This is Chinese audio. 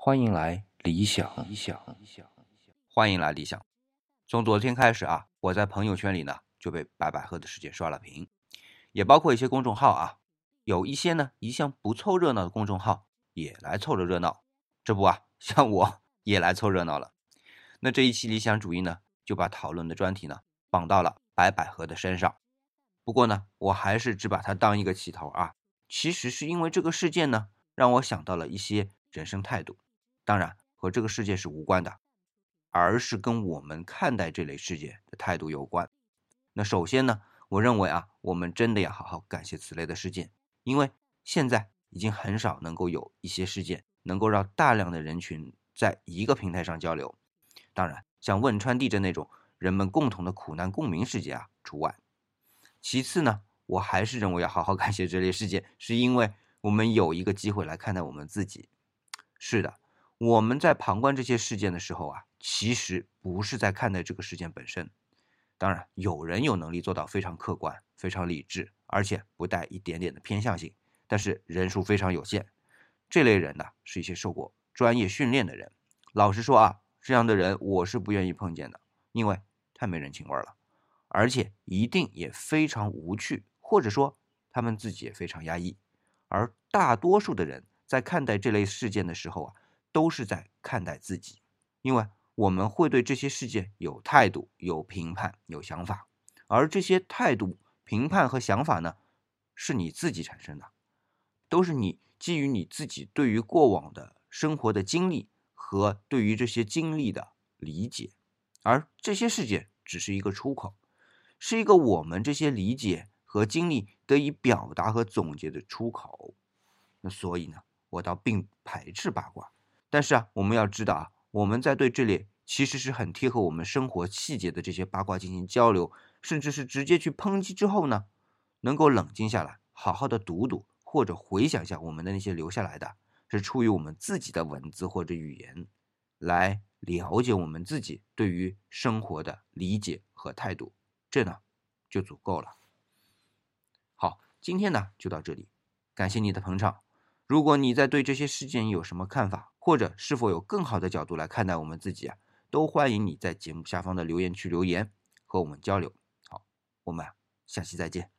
欢迎来理想。欢迎来理想。从昨天开始啊，我在朋友圈里呢就被白百合的事件刷了屏，也包括一些公众号啊，有一些呢一向不凑热闹的公众号也来凑着热闹。这不啊，像我也来凑热闹了。那这一期理想主义呢，就把讨论的专题呢绑到了白百合的身上。不过呢，我还是只把它当一个起头啊。其实是因为这个事件呢，让我想到了一些人生态度，当然和这个事件是无关的，而是跟我们看待这类事件的态度有关。那首先呢，我认为啊，我们真的要好好感谢此类的事件，因为现在已经很少能够有一些事件能够让大量的人群在一个平台上交流。当然，像汶川地震那种人们共同的苦难共鸣事件啊，除外。其次呢，我还是认为要好好感谢这类事件，是因为我们有一个机会来看待我们自己。是的，我们在旁观这些事件的时候啊，其实不是在看待这个事件本身。当然，有人有能力做到非常客观、非常理智，而且不带一点点的偏向性，但是人数非常有限。这类人呢，是一些受过专业训练的人。老实说啊，这样的人我是不愿意碰见的，因为太没人情味了。而且一定也非常无趣，或者说他们自己也非常压抑。而大多数的人在看待这类事件的时候啊，都是在看待自己，因为我们会对这些事件有态度、有评判、有想法，而这些态度、评判和想法呢，是你自己产生的，都是你基于你自己对于过往的生活的经历和对于这些经历的理解，而这些事件只是一个出口。是一个我们这些理解和经历得以表达和总结的出口。那所以呢，我倒并不排斥八卦，但是啊，我们要知道啊，我们在对这类其实是很贴合我们生活细节的这些八卦进行交流，甚至是直接去抨击之后呢，能够冷静下来，好好的读读或者回想一下我们的那些留下来的，是出于我们自己的文字或者语言，来了解我们自己对于生活的理解和态度。这呢就足够了。好，今天呢就到这里，感谢你的捧场。如果你在对这些事件有什么看法，或者是否有更好的角度来看待我们自己啊，都欢迎你在节目下方的留言区留言，和我们交流。好，我们下期再见。